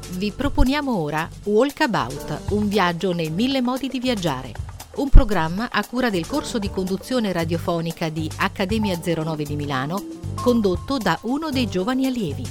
Vi proponiamo ora Walkabout, un viaggio nei 1000 modi di viaggiare. Un programma a cura del corso di conduzione radiofonica di Accademia 09 di Milano, condotto da uno dei giovani allievi.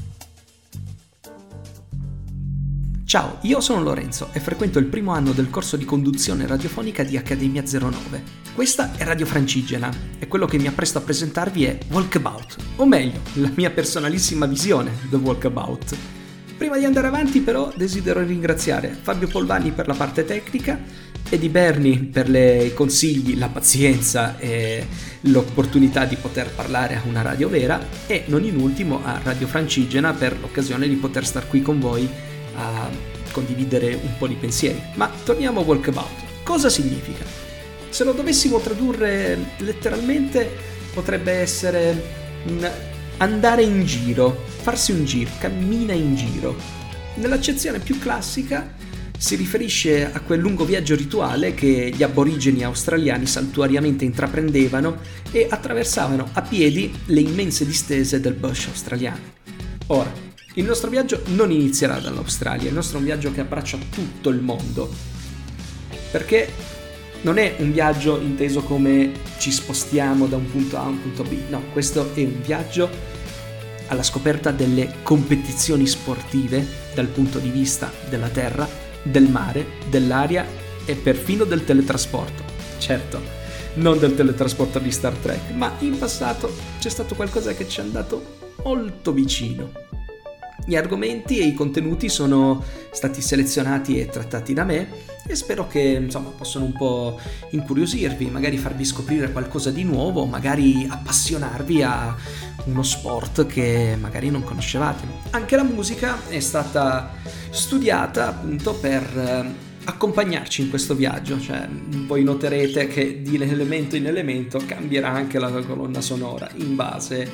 Ciao, io sono Lorenzo e frequento il primo anno del corso di conduzione radiofonica di Accademia 09. Questa è Radio Francigena e quello che mi appresto a presentarvi è Walkabout, o meglio, la mia personalissima visione del Walkabout. Prima di andare avanti però desidero ringraziare Fabio Polvani per la parte tecnica, Eddie Berni per i consigli, la pazienza e l'opportunità di poter parlare a una radio vera e non in ultimo a Radio Francigena per l'occasione di poter star qui con voi a condividere un po' di pensieri. Ma torniamo a Walkabout. Cosa significa? Se lo dovessimo tradurre letteralmente potrebbe essere andare in giro, farsi un giro, cammina in giro. Nell'accezione più classica si riferisce a quel lungo viaggio rituale che gli aborigeni australiani saltuariamente intraprendevano e attraversavano a piedi le immense distese del bush australiano. Ora, il nostro viaggio non inizierà dall'Australia, il nostro è un viaggio che abbraccia tutto il mondo, perché non è un viaggio inteso come ci spostiamo da un punto A a un punto B, no, questo è un viaggio alla scoperta delle competizioni sportive dal punto di vista della terra, del mare, dell'aria e perfino del teletrasporto. Certo, non del teletrasporto di Star Trek, ma in passato c'è stato qualcosa che ci è andato molto vicino. Gli argomenti e i contenuti sono stati selezionati e trattati da me e spero che possano un po' incuriosirvi, magari farvi scoprire qualcosa di nuovo, magari appassionarvi a uno sport che magari non conoscevate. Anche la musica è stata studiata appunto per accompagnarci in questo viaggio, cioè voi noterete che di elemento in elemento cambierà anche la colonna sonora in base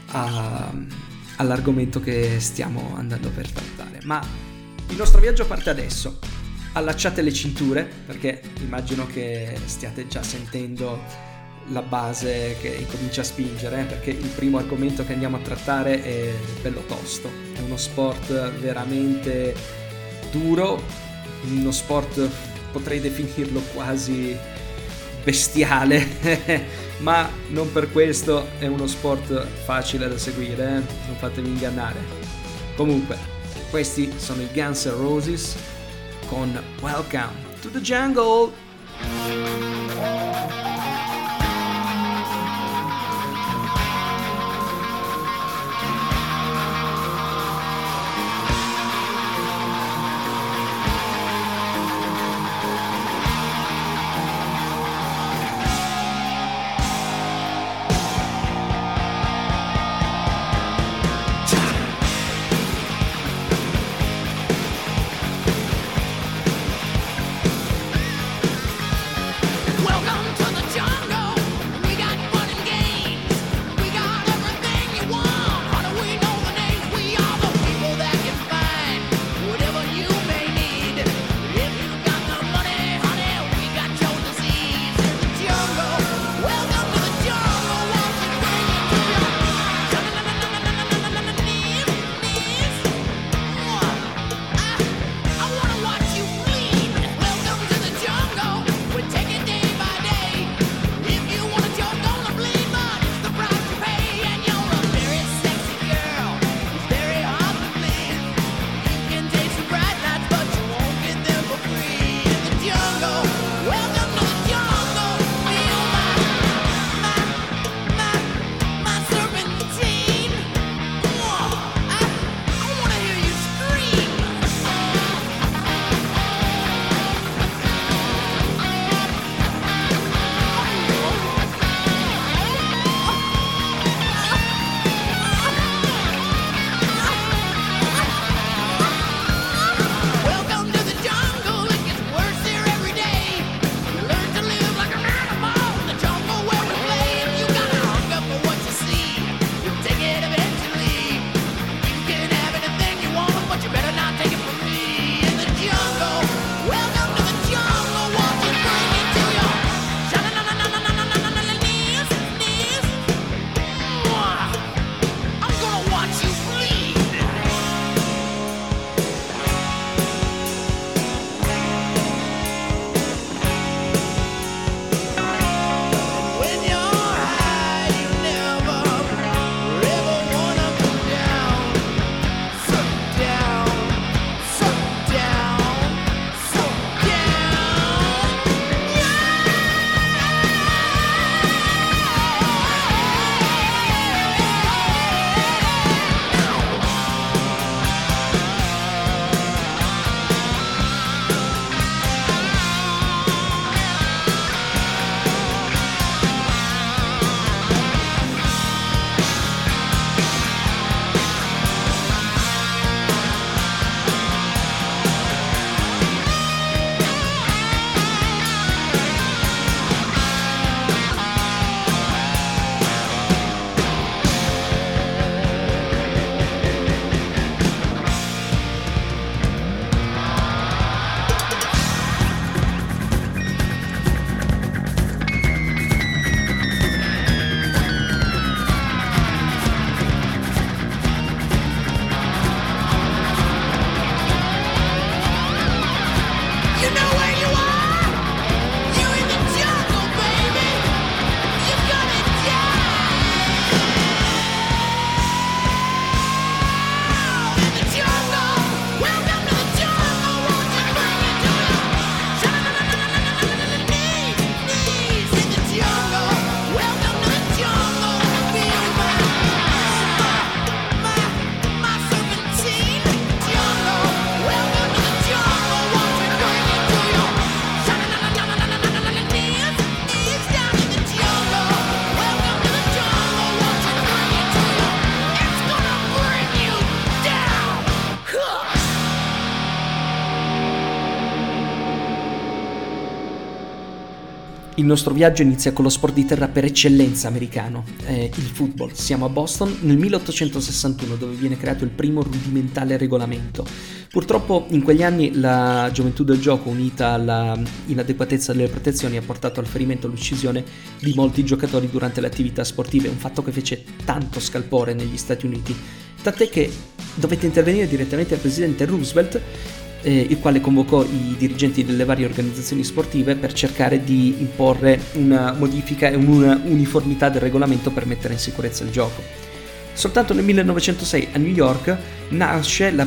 all'argomento che stiamo andando per trattare. Ma il nostro viaggio parte adesso. Allacciate le cinture perché immagino che stiate già sentendo la base che comincia a spingere, perché il primo argomento che andiamo a trattare è bello tosto, è uno sport veramente duro, uno sport potrei definirlo quasi bestiale ma non per questo è uno sport facile da seguire, non fatevi ingannare. Comunque, questi sono i Guns N' Roses con Welcome to the Jungle. Il nostro viaggio inizia con lo sport di terra per eccellenza americano, il football. Siamo a Boston nel 1861, dove viene creato il primo rudimentale regolamento. Purtroppo in quegli anni la gioventù del gioco, unita alla inadeguatezza delle protezioni, ha portato al ferimento e all'uccisione di molti giocatori durante le attività sportive, un fatto che fece tanto scalpore negli Stati Uniti, tant'è che dovette intervenire direttamente il presidente Roosevelt, il quale convocò i dirigenti delle varie organizzazioni sportive per cercare di imporre una modifica e una uniformità del regolamento per mettere in sicurezza il gioco. Soltanto nel 1906 a New York nasce il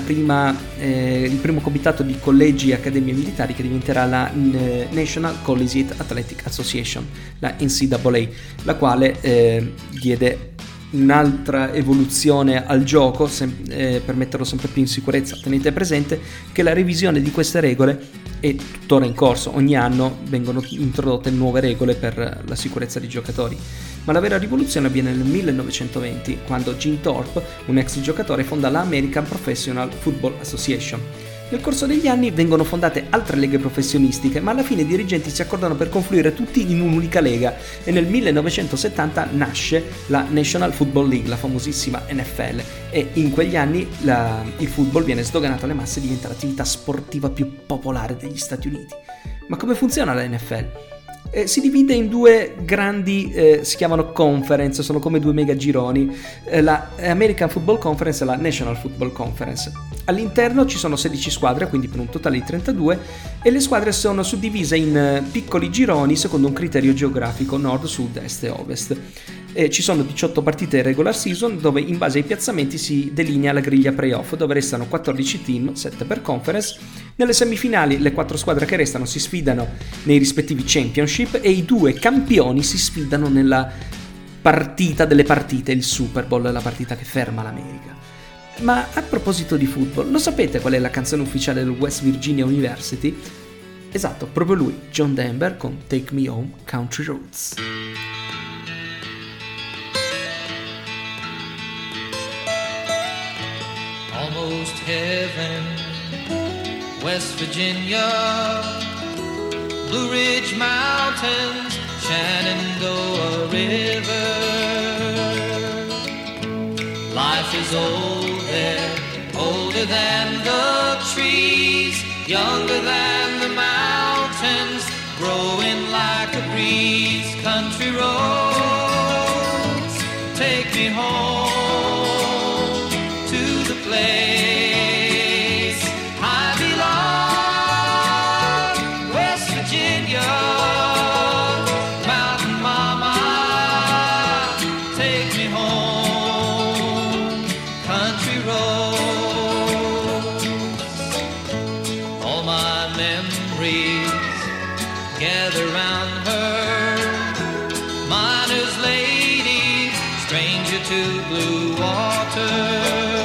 primo comitato di collegi e accademie militari, che diventerà la National Collegiate Athletic Association, la NCAA, la quale diede un'altra evoluzione al gioco per metterlo sempre più in sicurezza. Tenete presente che la revisione di queste regole è tuttora in corso, ogni anno vengono introdotte nuove regole per la sicurezza dei giocatori, ma la vera rivoluzione avviene nel 1920, quando Jim Thorpe, un ex giocatore, fonda la American Professional Football Association. Nel corso degli anni vengono fondate altre leghe professionistiche, ma alla fine i dirigenti si accordano per confluire tutti in un'unica lega, e nel 1970 nasce la National Football League, la famosissima NFL, e in quegli anni il football viene sdoganato alle masse e diventa l'attività sportiva più popolare degli Stati Uniti. Ma come funziona la NFL? Si divide in due grandi, si chiamano conference, sono come due mega gironi, la American Football Conference e la National Football Conference. All'interno ci sono 16 squadre, quindi per un totale di 32, e le squadre sono suddivise in piccoli gironi secondo un criterio geografico: nord, sud, est e ovest. Ci sono 18 partite regular season, dove in base ai piazzamenti si delinea la griglia playoff, dove restano 14 team, 7 per conference. Nelle semifinali le 4 squadre che restano si sfidano nei rispettivi championship, e i 2 campioni si sfidano nella partita delle partite, il Super Bowl, la partita che ferma l'America. Ma a proposito di football, lo sapete qual è la canzone ufficiale del West Virginia University? Esatto, proprio lui, John Denver, con Take Me Home, Country Roads. Almost heaven, West Virginia, Blue Ridge Mountains, Shenandoah River. Life is old there, older than the trees, younger than the mountains, growing like a breeze. Country roads, take me home to the place I belong, West Virginia, Mountain Mama, take me home, country roads. All my memories gather round her, miner's lady, stranger to blue water.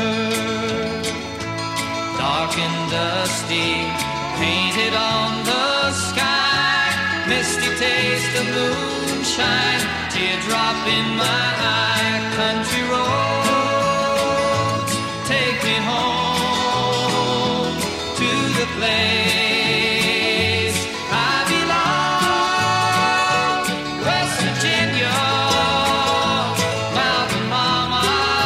Dark and dusty, painted on the sky, misty taste of moonshine, teardrop in my eye. Country roads, take me home to the place I belong, West Virginia, Mountain Mama,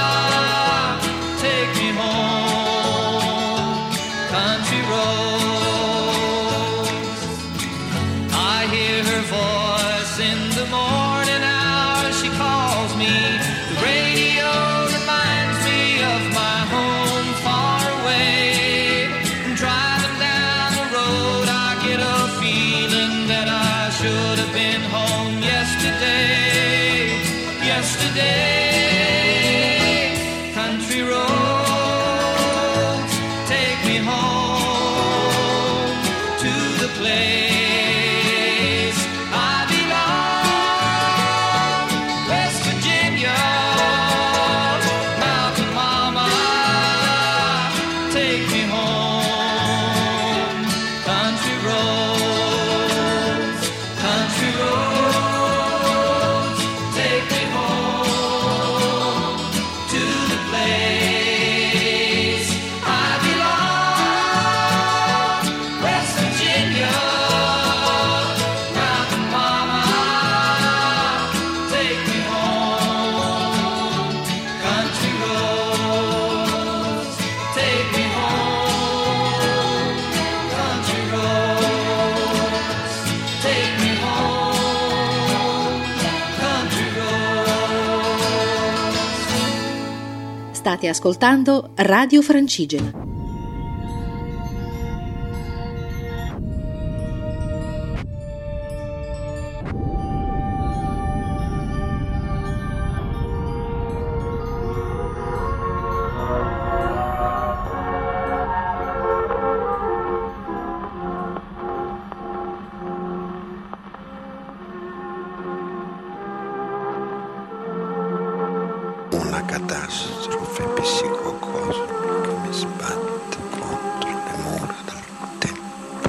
take me home, country roads. I hear her voice in the morning hour, she calls me. The radio reminds me of my home far away. Driving down the road, I get a feeling that I should have been home yesterday. Yesterday, country roads, take me home to the place I belong, West Virginia, Mountain Mama, take me home, country roads, take me home to the place I belong, State ascoltando Radio Francigena. Una catastrofe psicocosmica mi sbatte contro le mura del tempo.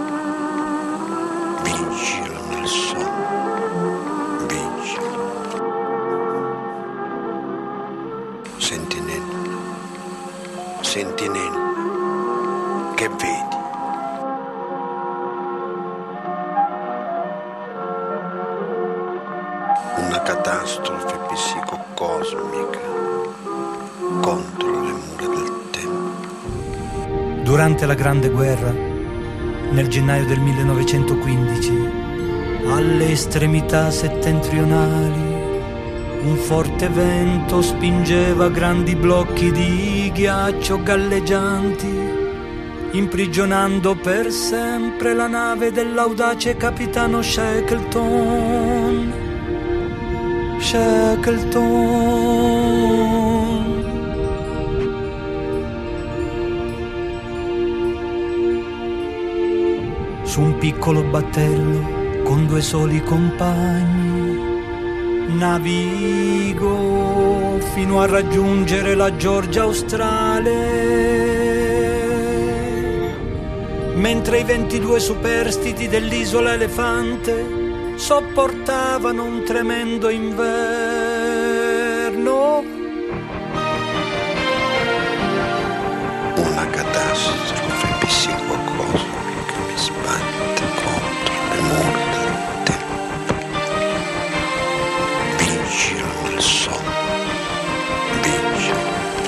Vigilo nel sonno, vigilo. Sentinella, sentinella, che vedi? Una catastrofe psicocosmica contro le mura del tempo. Durante la Grande Guerra, nel gennaio del 1915, alle estremità settentrionali, un forte vento spingeva grandi blocchi di ghiaccio galleggianti, imprigionando per sempre la nave dell'audace capitano Shackleton. Su un piccolo battello con 2 soli compagni navigo fino a raggiungere la Georgia australe, mentre i 22 superstiti dell'isola Elefante sopportavano un tremendo inverno. Una catastrofe psicocosmica mi sbatte contro le mura del tempo. Vigilo nel sonno, vigilo.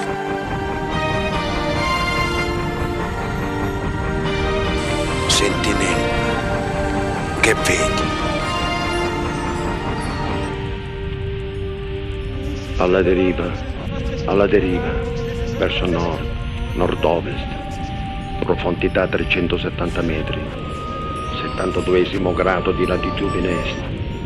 Sentinella, che vedi? Alla deriva, verso nord, nord-ovest, profondità 370 metri, 72esimo grado di latitudine est.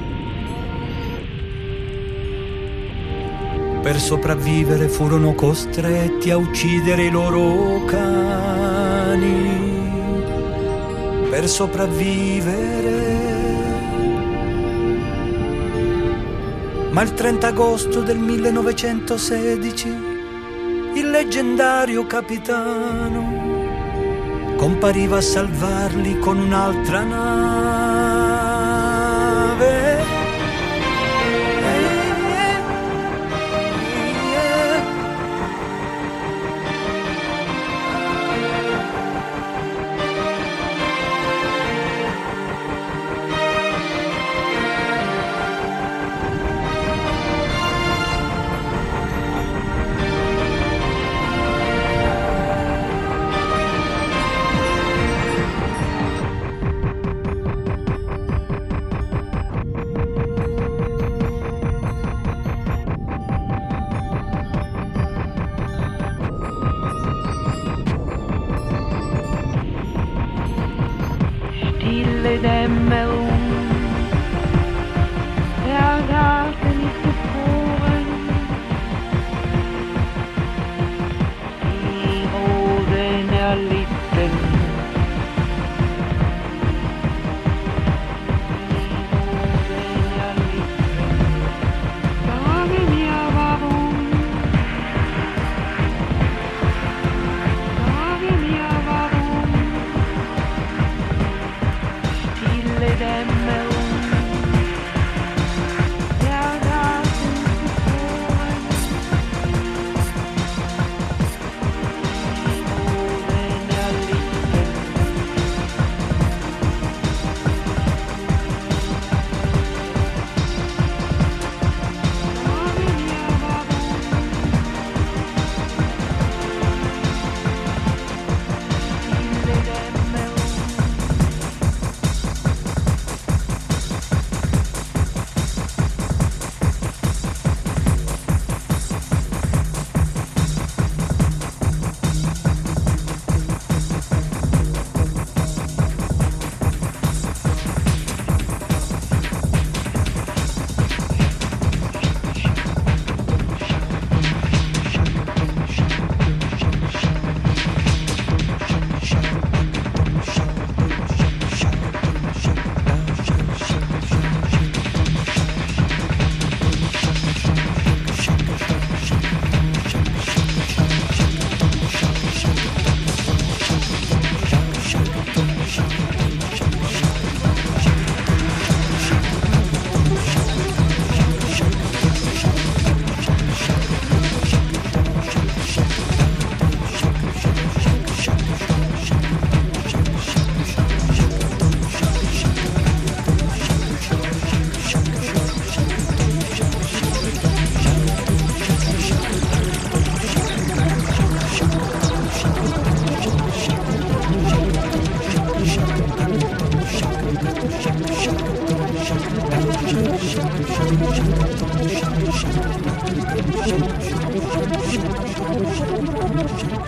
Per sopravvivere furono costretti a uccidere i loro cani. Per sopravvivere. Ma il 30 agosto del 1916 il leggendario capitano compariva a salvarli con un'altra nave. Stille Dämmerung, der Garten ist gefroren, die Rosen erlitten, sage mir warum, sage mir warum. Stille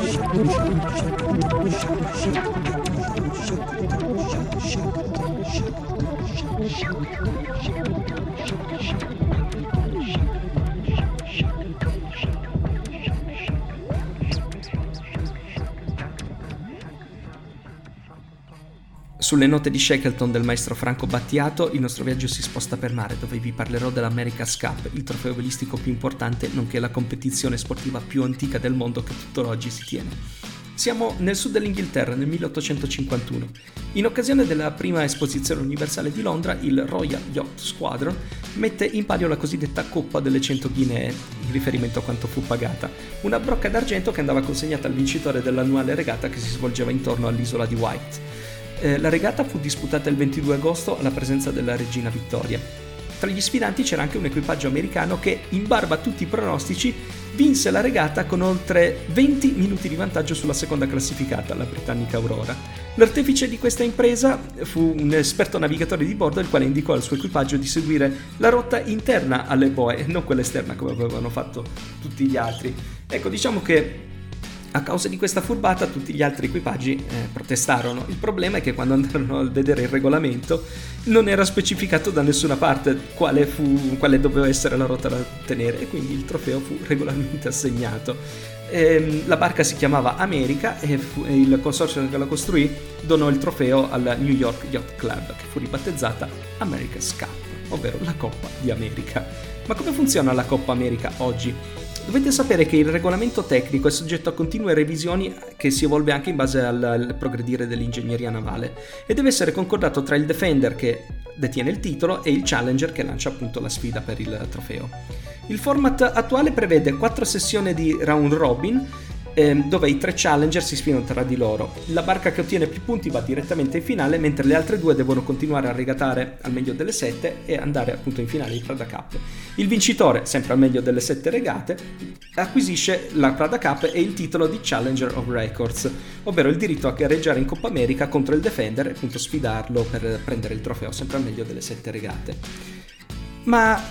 Sulle note di Shackleton del maestro Franco Battiato, il nostro viaggio si sposta per mare, dove vi parlerò dell'America's Cup, il trofeo velistico più importante, nonché la competizione sportiva più antica del mondo che tuttora oggi si tiene. Siamo nel sud dell'Inghilterra, nel 1851. In occasione della prima esposizione universale di Londra, il Royal Yacht Squadron mette in palio la cosiddetta Coppa delle 100 Guinee, in riferimento a quanto fu pagata, una brocca d'argento che andava consegnata al vincitore dell'annuale regata che si svolgeva intorno all'isola di Wight. La regata fu disputata il 22 agosto alla presenza della regina Vittoria. Tra gli sfidanti c'era anche un equipaggio americano che, in barba a tutti i pronostici, vinse la regata con oltre 20 minuti di vantaggio sulla seconda classificata, la britannica Aurora. L'artefice di questa impresa fu un esperto navigatore di bordo, il quale indicò al suo equipaggio di seguire la rotta interna alle boe e non quella esterna come avevano fatto tutti gli altri. Ecco, diciamo che a causa di questa furbata tutti gli altri equipaggi protestarono. Il problema è che quando andarono a vedere il regolamento non era specificato da nessuna parte quale doveva essere la rotta da tenere, e quindi il trofeo fu regolarmente assegnato. La barca si chiamava America e il consorzio che la costruì donò il trofeo al New York Yacht Club, che fu ribattezzata America's Cup, ovvero la Coppa di America. Ma come funziona la Coppa America oggi? Dovete sapere che il regolamento tecnico è soggetto a continue revisioni, che si evolve anche in base al progredire dell'ingegneria navale, e deve essere concordato tra il Defender, che detiene il titolo, e il Challenger, che lancia appunto la sfida per il trofeo. Il format attuale prevede 4 sessioni di round robin, dove i 3 challenger si sfidano tra di loro. La barca che ottiene più punti va direttamente in finale, mentre le altre 2 devono continuare a regatare al meglio delle 7 e andare appunto in finale in Prada Cup. Il vincitore, sempre al meglio delle 7 regate, acquisisce la Prada Cup e il titolo di Challenger of Records, ovvero il diritto a gareggiare in Coppa America contro il Defender e appunto sfidarlo per prendere il trofeo, sempre al meglio delle 7 regate. Ma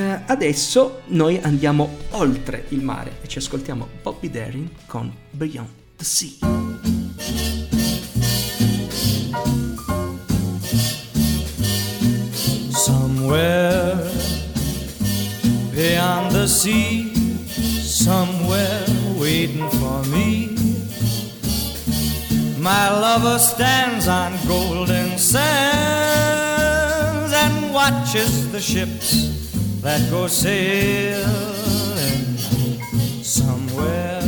adesso noi andiamo oltre il mare e ci ascoltiamo Bobby Darin con Beyond the Sea. Somewhere beyond the sea, somewhere waiting for me, my lover stands on golden sands and watches the ships that go sailing. Somewhere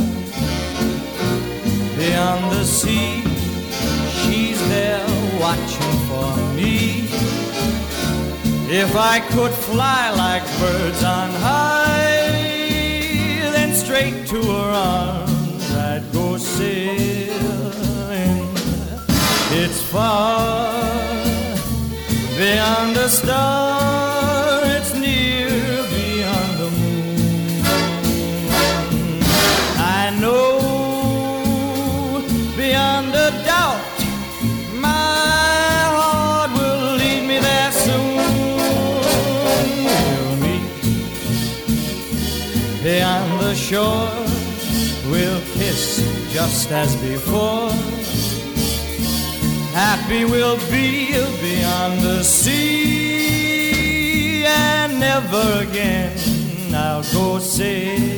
beyond the sea, she's there watching for me. If I could fly like birds on high, then straight to her arms I'd go sailing. It's far beyond a star, it's near beyond the moon. I know beyond a doubt my heart will lead me there soon. We'll meet beyond the shore, we'll kiss just as before. Happy we'll be beyond the sea, and never again I'll go sailing.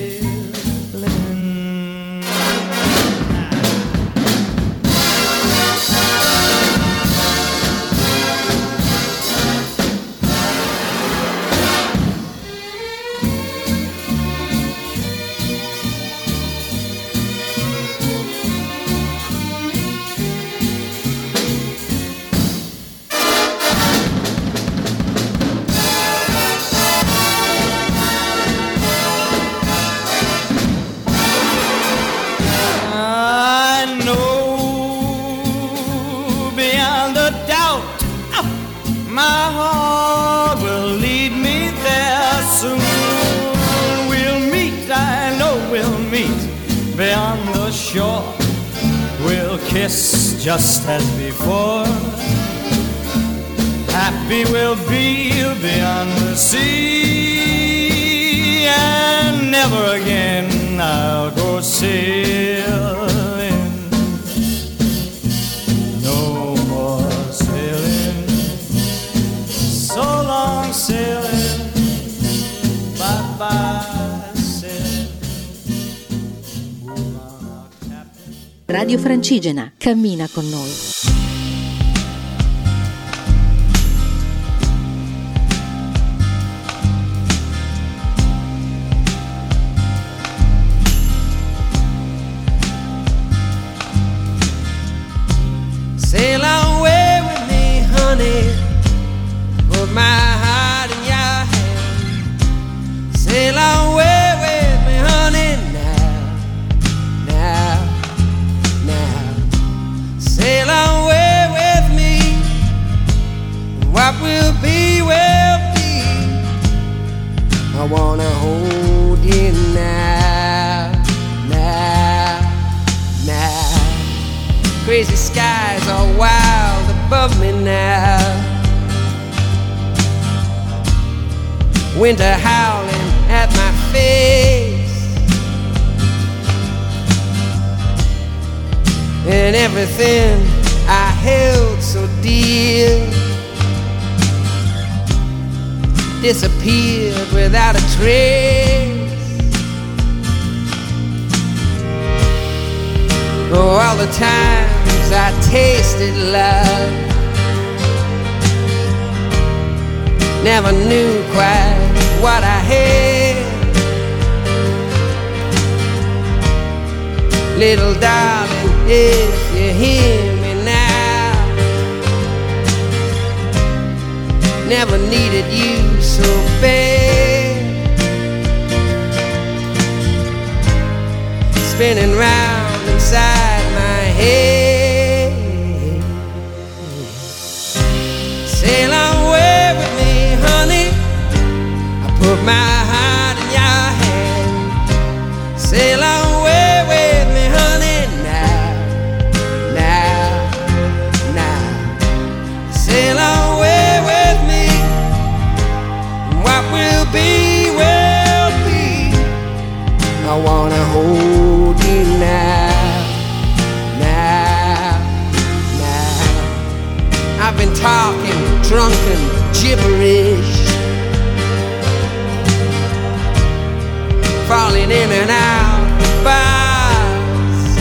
Beyond the shore, we'll kiss just as before. Happy we'll be beyond the sea, and never again I'll go sailing. Radio Francigena, cammina con noi. Sail away with me, honey. Put my heart in your hand. Sail away with me, honey. Now. Sail away with me. What will be, will be. I wanna hold you now. Crazy skies are wild above me now. Winter howling at my face, and everything I held so dear disappeared without a trace. Oh, all the times I tasted love, never knew quite what I had. Little darling, if you hear me now, never needed you so bad. Spinning round inside my head. Sail away with me, honey. I put my heart in your hand. Sail away with me, honey. Now. Sail away with me. What will be, will be. I wanna hold you now. I've been talking drunken gibberish, falling in and out of bars,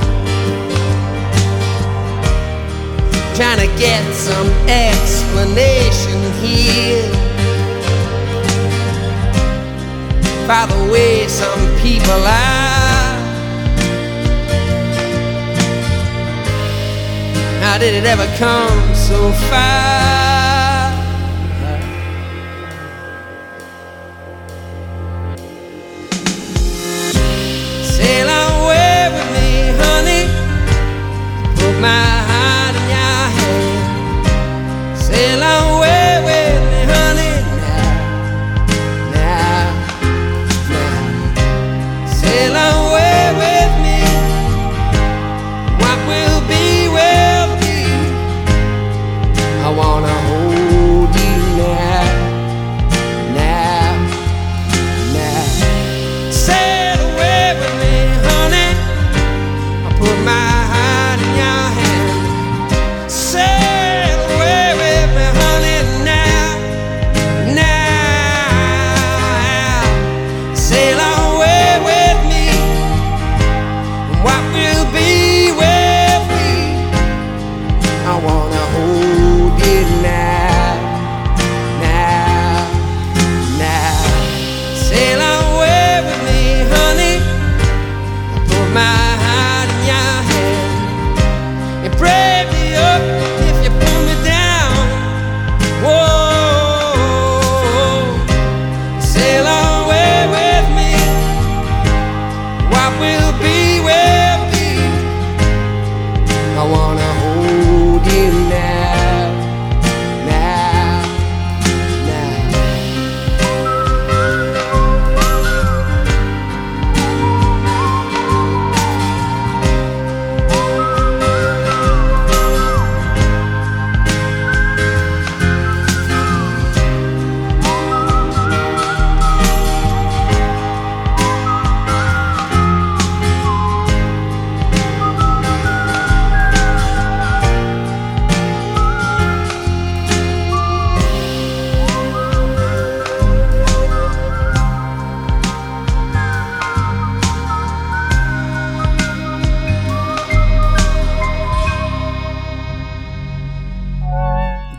trying to get some explanation here by the way some people are. How did it ever come so far? Sail away with me, honey. Put my heart in your hand. Sail away with me, honey. Now. Sail away with me. What will be, will be. I wanna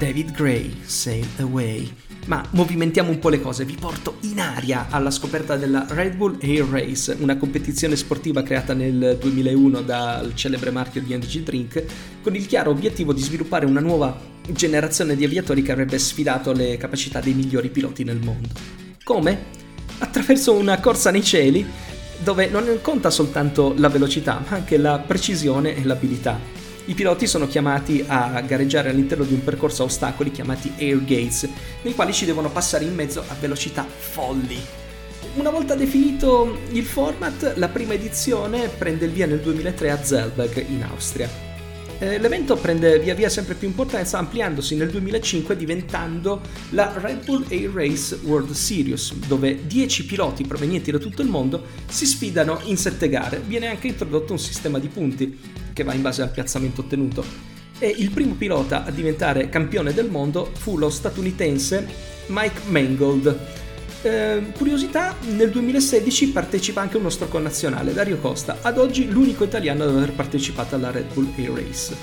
David Gray, Sail Away. Ma movimentiamo un po' le cose, vi porto in aria alla scoperta della Red Bull Air Race, una competizione sportiva creata nel 2001 dal celebre marchio di Energy Drink, con il chiaro obiettivo di sviluppare una nuova generazione di aviatori che avrebbe sfidato le capacità dei migliori piloti nel mondo. Come? Attraverso una corsa nei cieli, dove non conta soltanto la velocità, ma anche la precisione e l'abilità. I piloti sono chiamati a gareggiare all'interno di un percorso a ostacoli chiamati Air Gates, nei quali ci devono passare in mezzo a velocità folli. Una volta definito il format, la prima edizione prende il via nel 2003 a Zellberg, in Austria. L'evento prende via via sempre più importanza, ampliandosi nel 2005 diventando la Red Bull Air Race World Series, dove 10 piloti provenienti da tutto il mondo si sfidano in 7 gare. Viene anche introdotto un sistema di punti che va in base al piazzamento ottenuto. E il primo pilota a diventare campione del mondo fu lo statunitense Mike Mangold. Curiosità, nel 2016 partecipa anche un nostro connazionale, Dario Costa, ad oggi l'unico italiano ad aver partecipato alla Red Bull Air Race.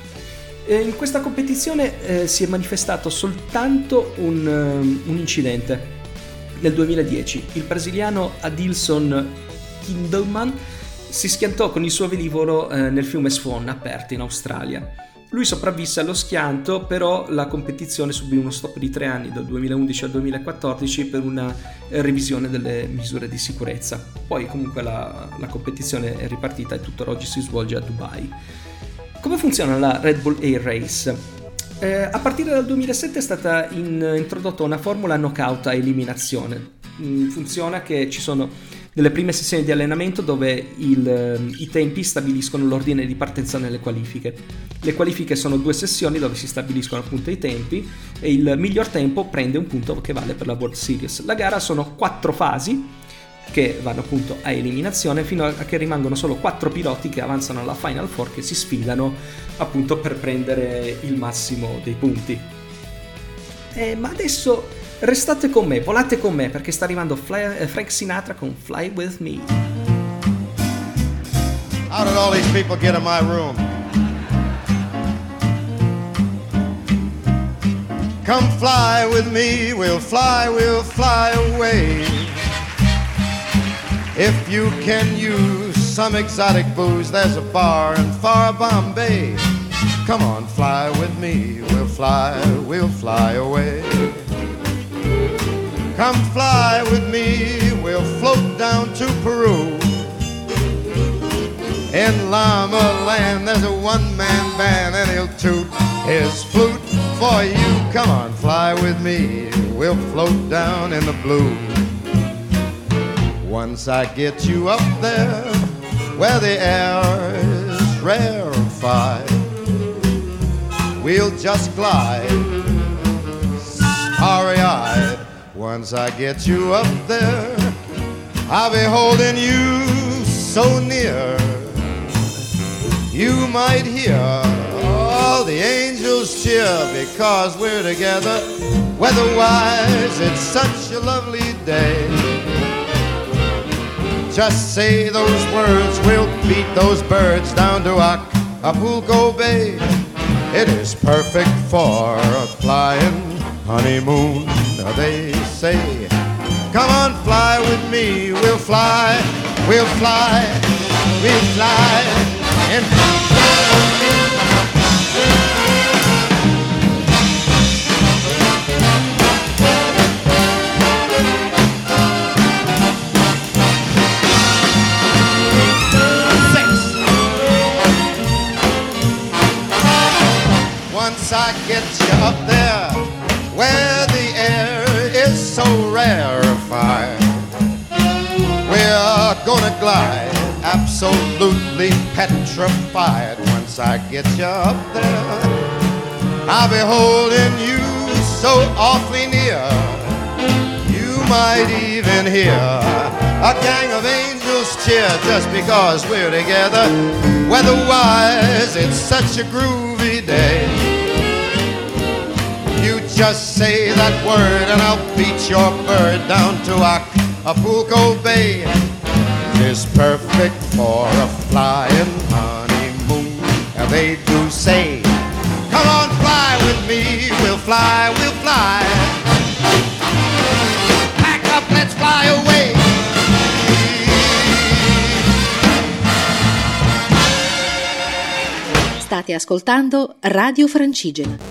In questa competizione si è manifestato soltanto un incidente. Nel 2010 il brasiliano Adilson Kindelman si schiantò con il suo velivolo nel fiume Swan a Perth, in Australia. Lui sopravvisse allo schianto, però la competizione subì uno stop di 3 anni, dal 2011 al 2014, per una revisione delle misure di sicurezza. Poi comunque la competizione è ripartita e tuttora oggi si svolge a Dubai. Come funziona la Red Bull Air Race? A partire dal 2007 è stata introdotta una formula knockout a eliminazione. Funziona che ci sono delle prime sessioni di allenamento dove i tempi stabiliscono l'ordine di partenza nelle qualifiche. Le qualifiche sono 2 sessioni dove si stabiliscono appunto i tempi e il miglior tempo prende un punto che vale per la World Series. La gara sono 4 fasi che vanno appunto a eliminazione fino a che rimangono solo 4 piloti che avanzano alla Final Four, che si sfidano appunto per prendere il massimo dei punti. Ma adesso restate con me, volate con me, perché sta arrivando Frank Sinatra con Fly With Me. How did all these people get in my room? Come fly with me, we'll fly away. If you can use some exotic booze, there's a bar in far Bombay. Come on, fly with me, we'll fly away. Come fly with me, we'll float down to Peru. In Llama Land there's a one-man band and he'll toot his flute for you. Come on, fly with me, we'll float down in the blue. Once I get you up there where the air is rarefied, we'll just glide starry-eyed. Once I get you up there, I'll be holding you so near. You might hear all the angels cheer because we're together. Weather-wise, it's such a lovely day. Just say those words, we'll beat those birds down to Acapulco Bay. It is perfect for a flying honeymoon, they say. Come on, fly with me, we'll fly, we'll fly, we'll fly. And once I get you up there where the air is so rarefied, we're gonna glide absolutely petrified. Once I get you up there, I'll be holding you so awfully near. You might even hear a gang of angels cheer just because we're together. Weather-wise, it's such a groovy day. You just say that word and I'll beat your bird down to Acapulco Bay. It's perfect for a flying honeymoon, and they do say, come on, fly with me, we'll fly, we'll fly. Pack up, let's fly away. State ascoltando Radio Francigena.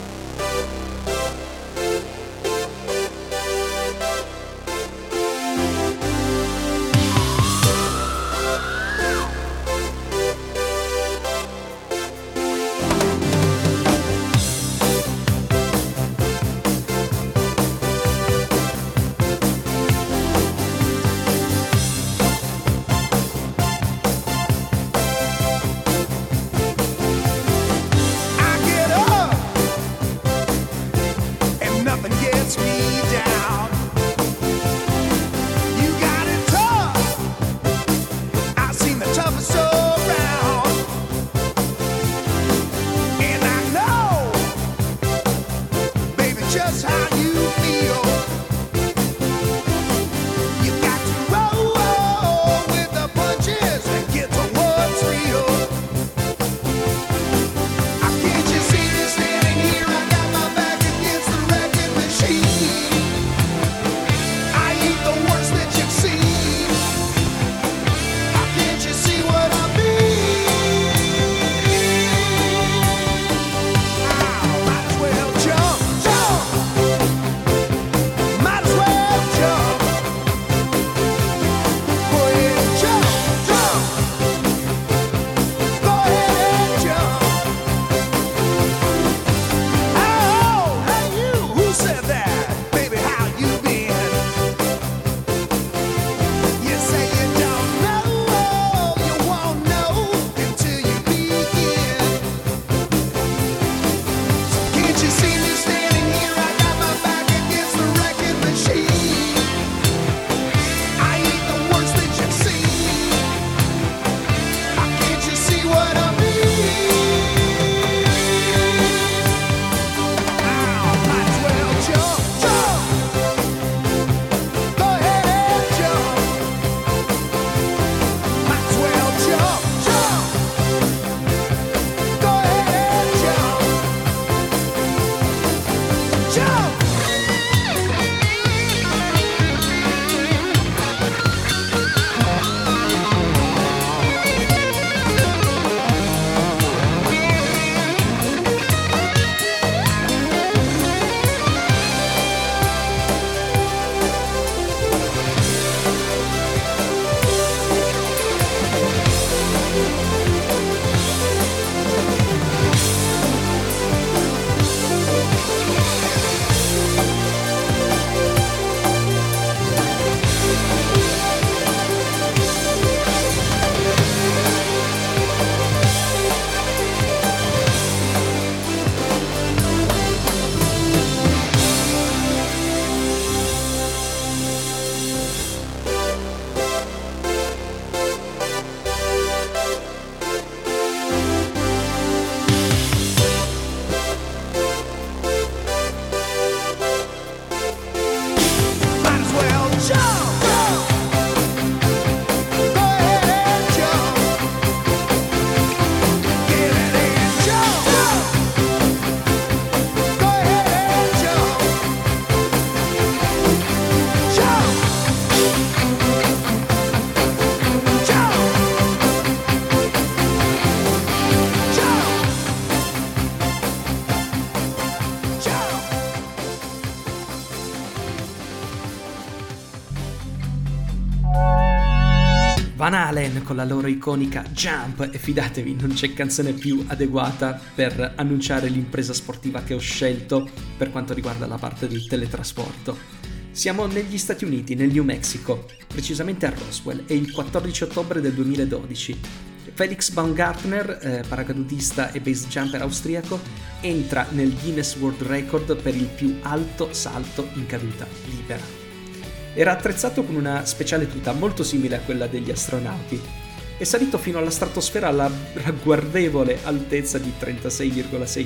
Van Halen con la loro iconica Jump, e fidatevi, non c'è canzone più adeguata per annunciare l'impresa sportiva che ho scelto per quanto riguarda la parte del teletrasporto. Siamo negli Stati Uniti, nel New Mexico, precisamente a Roswell, è il 14 ottobre del 2012. Felix Baumgartner, paracadutista e base jumper austriaco, entra nel Guinness World Record per il più alto salto in caduta libera. Era attrezzato con una speciale tuta molto simile a quella degli astronauti. È salito fino alla stratosfera alla ragguardevole altezza di 36,6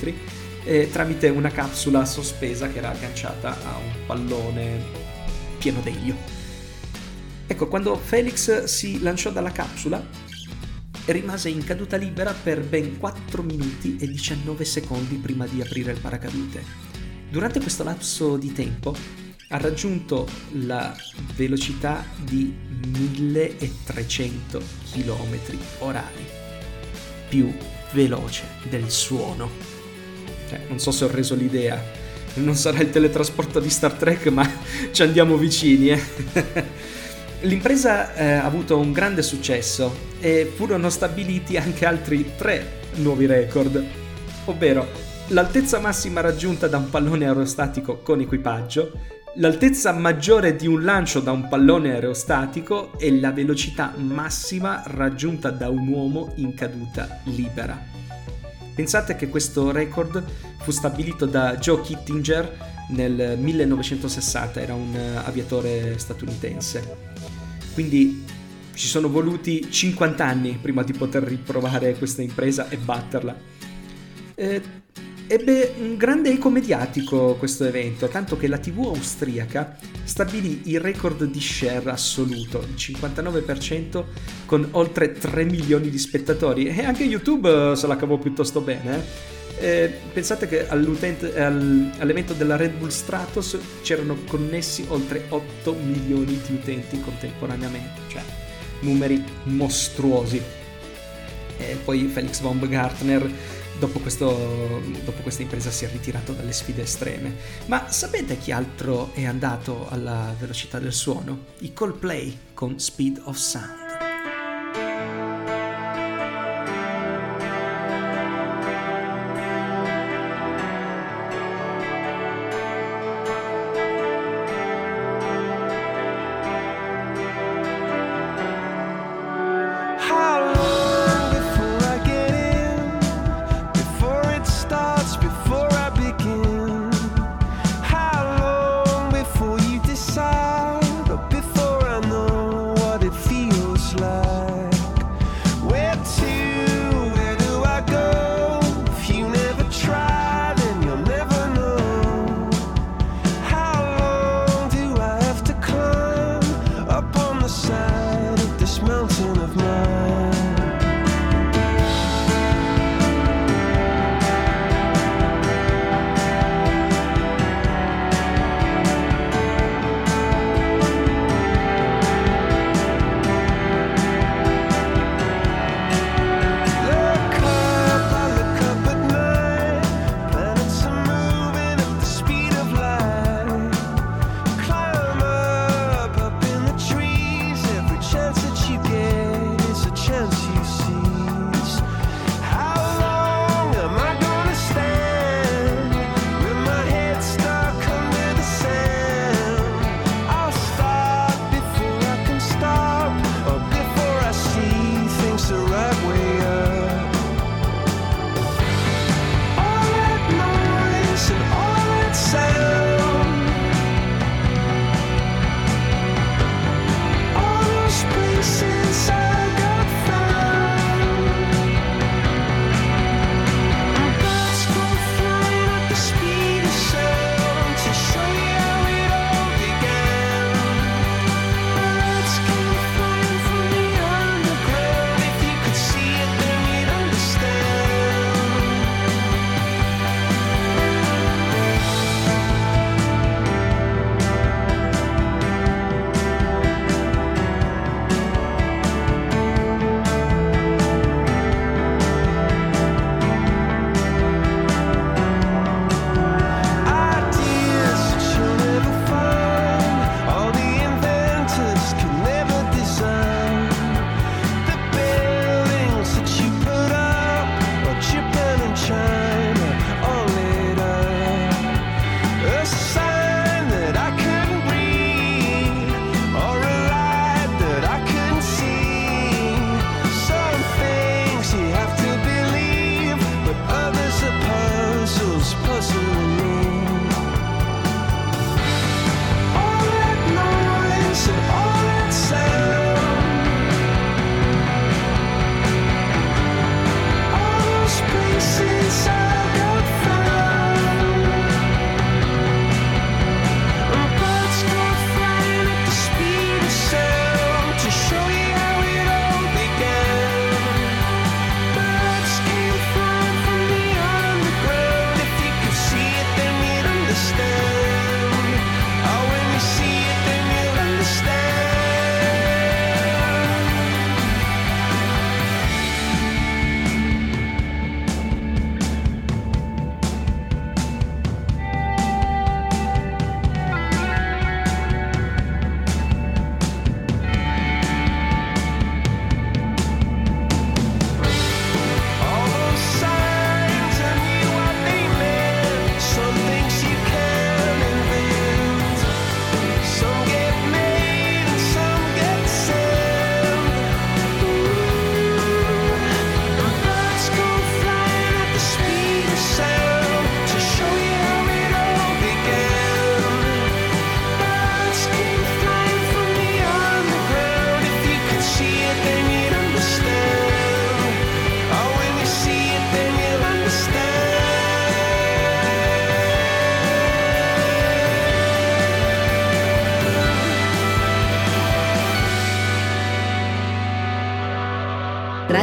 km tramite una capsula sospesa che era agganciata a un pallone pieno d'elio. Ecco, quando Felix si lanciò dalla capsula rimase in caduta libera per ben 4 minuti e 19 secondi prima di aprire il paracadute. Durante questo lapso di tempo ha raggiunto la velocità di 1300 km/h, più veloce del suono. Non so se ho reso l'idea, non sarà il teletrasporto di Star Trek, ma ci andiamo vicini. L'impresa ha avuto un grande successo e furono stabiliti anche altri 3 nuovi record, ovvero l'altezza massima raggiunta da un pallone aerostatico con equipaggio, l'altezza maggiore di un lancio da un pallone aerostatico e la velocità massima raggiunta da un uomo in caduta libera. Pensate che questo record fu stabilito da Joe Kittinger nel 1960, era un aviatore statunitense. Quindi ci sono voluti 50 anni prima di poter riprovare questa impresa e batterla. Ebbe un grande eco mediatico questo evento, tanto che la TV austriaca stabilì il record di share assoluto, il 59%, con oltre 3 milioni di spettatori, e anche YouTube se la cavò piuttosto bene. Pensate che all'evento della Red Bull Stratos c'erano connessi oltre 8 milioni di utenti contemporaneamente, cioè numeri mostruosi. E poi Felix Baumgartner dopo questa impresa si è ritirato dalle sfide estreme. Ma sapete chi altro è andato alla velocità del suono? I Coldplay con Speed of Sound. Feels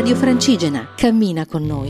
Radio Francigena, cammina con noi.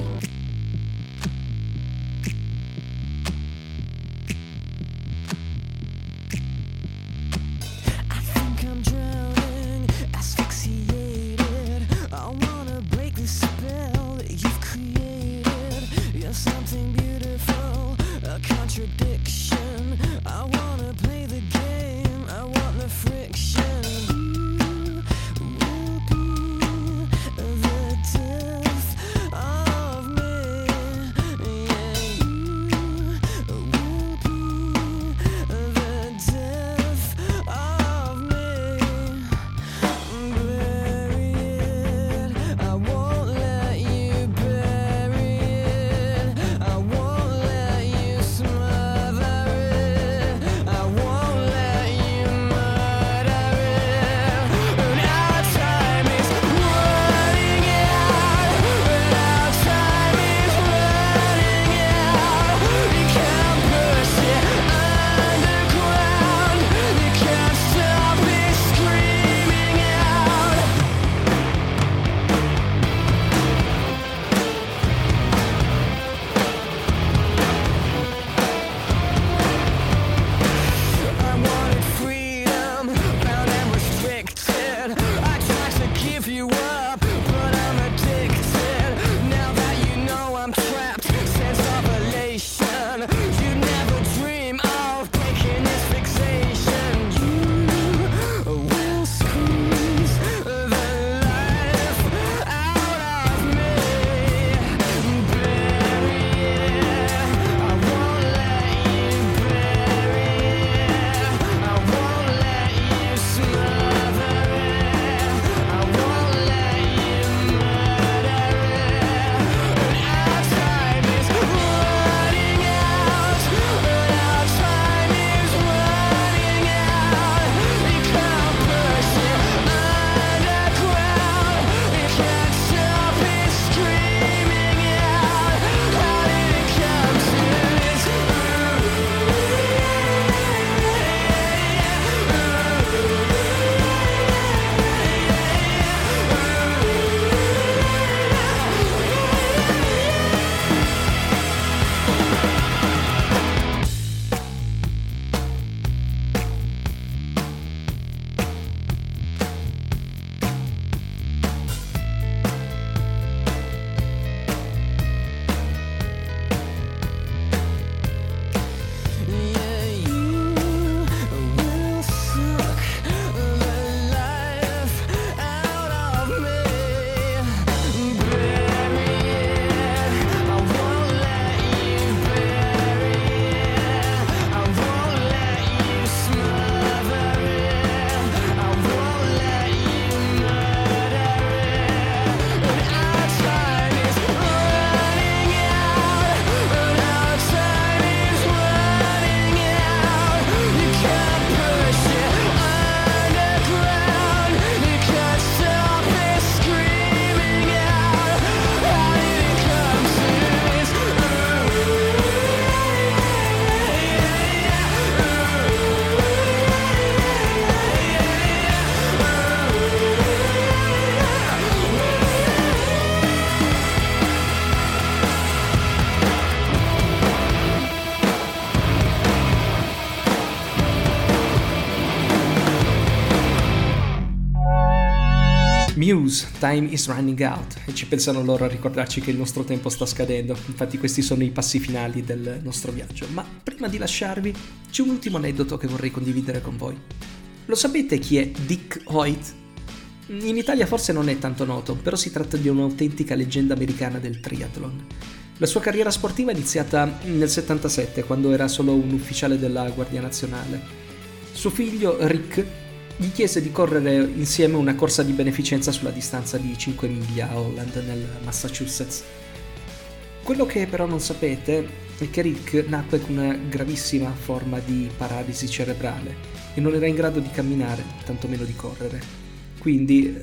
Muse, Time is Running Out, e ci pensano loro a ricordarci che il nostro tempo sta scadendo. Infatti questi sono i passi finali del nostro viaggio. Ma prima di lasciarvi c'è un ultimo aneddoto che vorrei condividere con voi. Lo sapete chi è Dick Hoyt? In Italia forse non è tanto noto, però si tratta di un'autentica leggenda americana del triathlon. La sua carriera sportiva è iniziata nel 77, quando era solo un ufficiale della Guardia Nazionale. Suo figlio Rick gli chiese di correre insieme una corsa di beneficenza sulla distanza di 5 miglia a Holland, nel Massachusetts. Quello che però non sapete è che Rick nacque con una gravissima forma di paralisi cerebrale e non era in grado di camminare, tantomeno di correre. Quindi,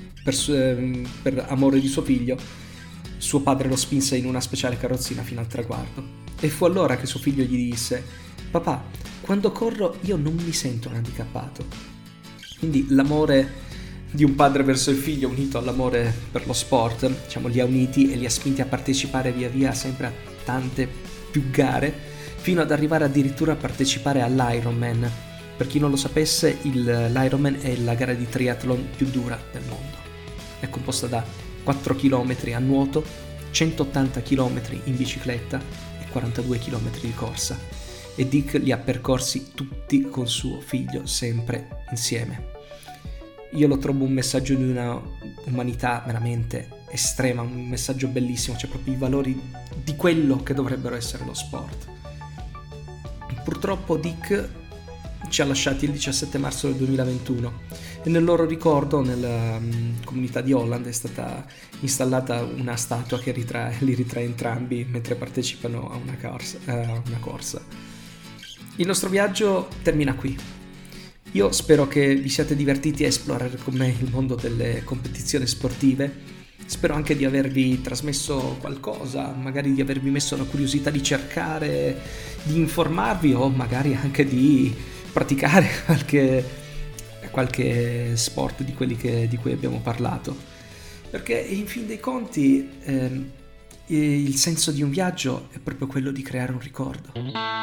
per amore di suo figlio, suo padre lo spinse in una speciale carrozzina fino al traguardo. E fu allora che suo figlio gli disse: «Papà, quando corro io non mi sento un handicappato». Quindi l'amore di un padre verso il figlio unito all'amore per lo sport, diciamo, li ha uniti e li ha spinti a partecipare via via sempre a tante più gare, fino ad arrivare addirittura a partecipare all'Ironman. Per chi non lo sapesse, l'Ironman è la gara di triathlon più dura del mondo. È composta da 4 km a nuoto, 180 km in bicicletta e 42 km di corsa. E Dick li ha percorsi tutti con suo figlio, sempre insieme. Io lo trovo un messaggio di una umanità veramente estrema, un messaggio bellissimo, cioè proprio i valori di quello che dovrebbero essere lo sport. Purtroppo Dick ci ha lasciati il 17 marzo del 2021 e nel loro ricordo nella comunità di Holland è stata installata una statua che li ritrae entrambi mentre partecipano a una corsa. Il nostro viaggio termina qui. Io spero che vi siate divertiti a esplorare con me il mondo delle competizioni sportive. Spero anche di avervi trasmesso qualcosa, magari di avervi messo la curiosità di cercare, di informarvi o magari anche di praticare qualche sport di quelli di cui abbiamo parlato. Perché in fin dei conti il senso di un viaggio è proprio quello di creare un ricordo.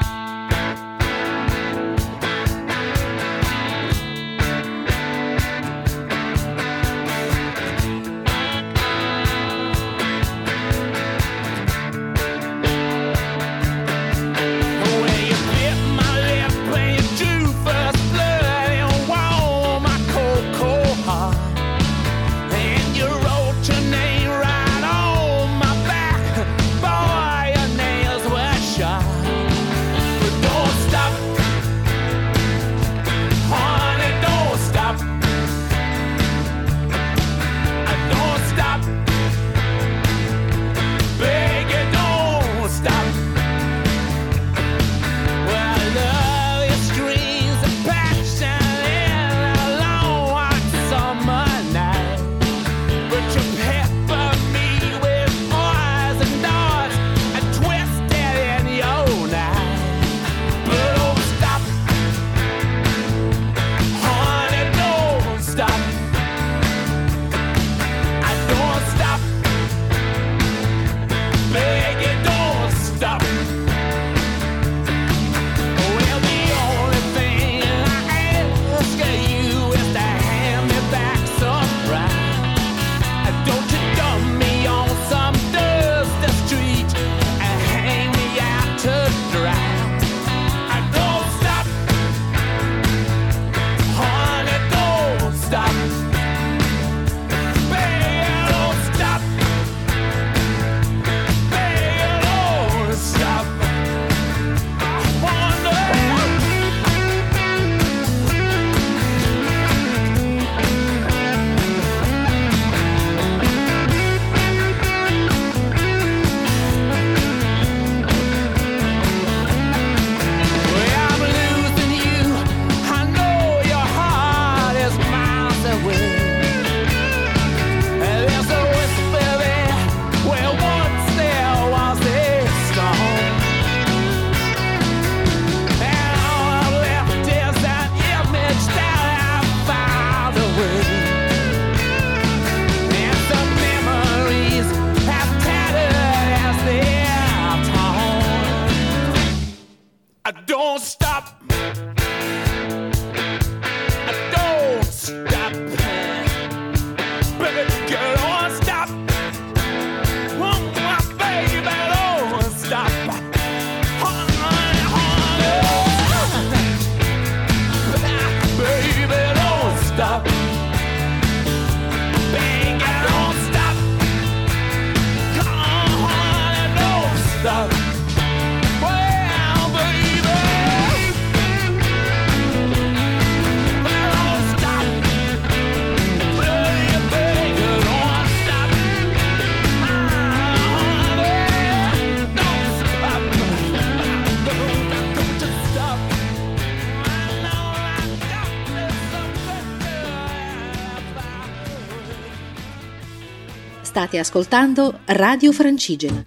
State ascoltando Radio Francigena.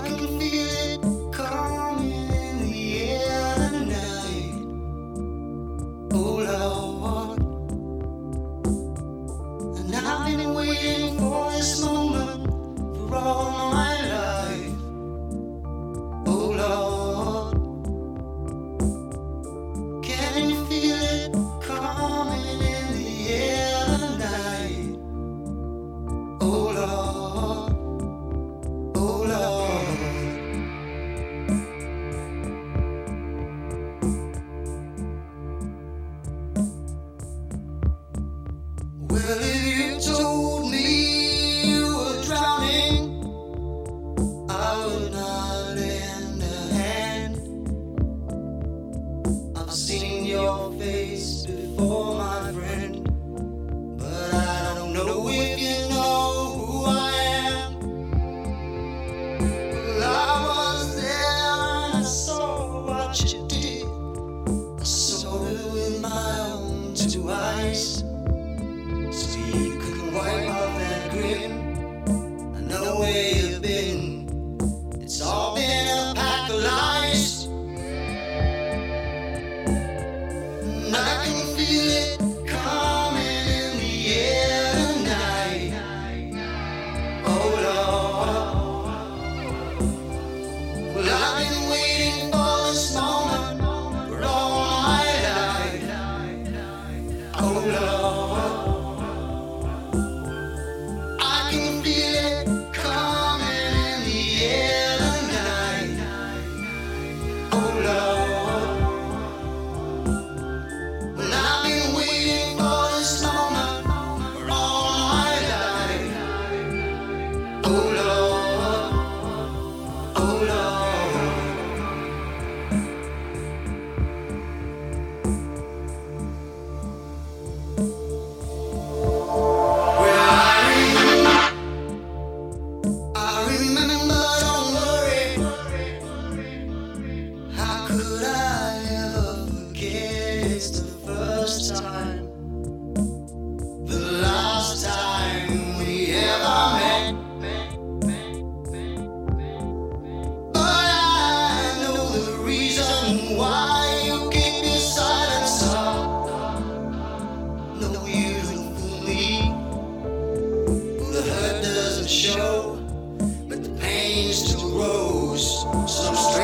Show, but the pain still grows. Some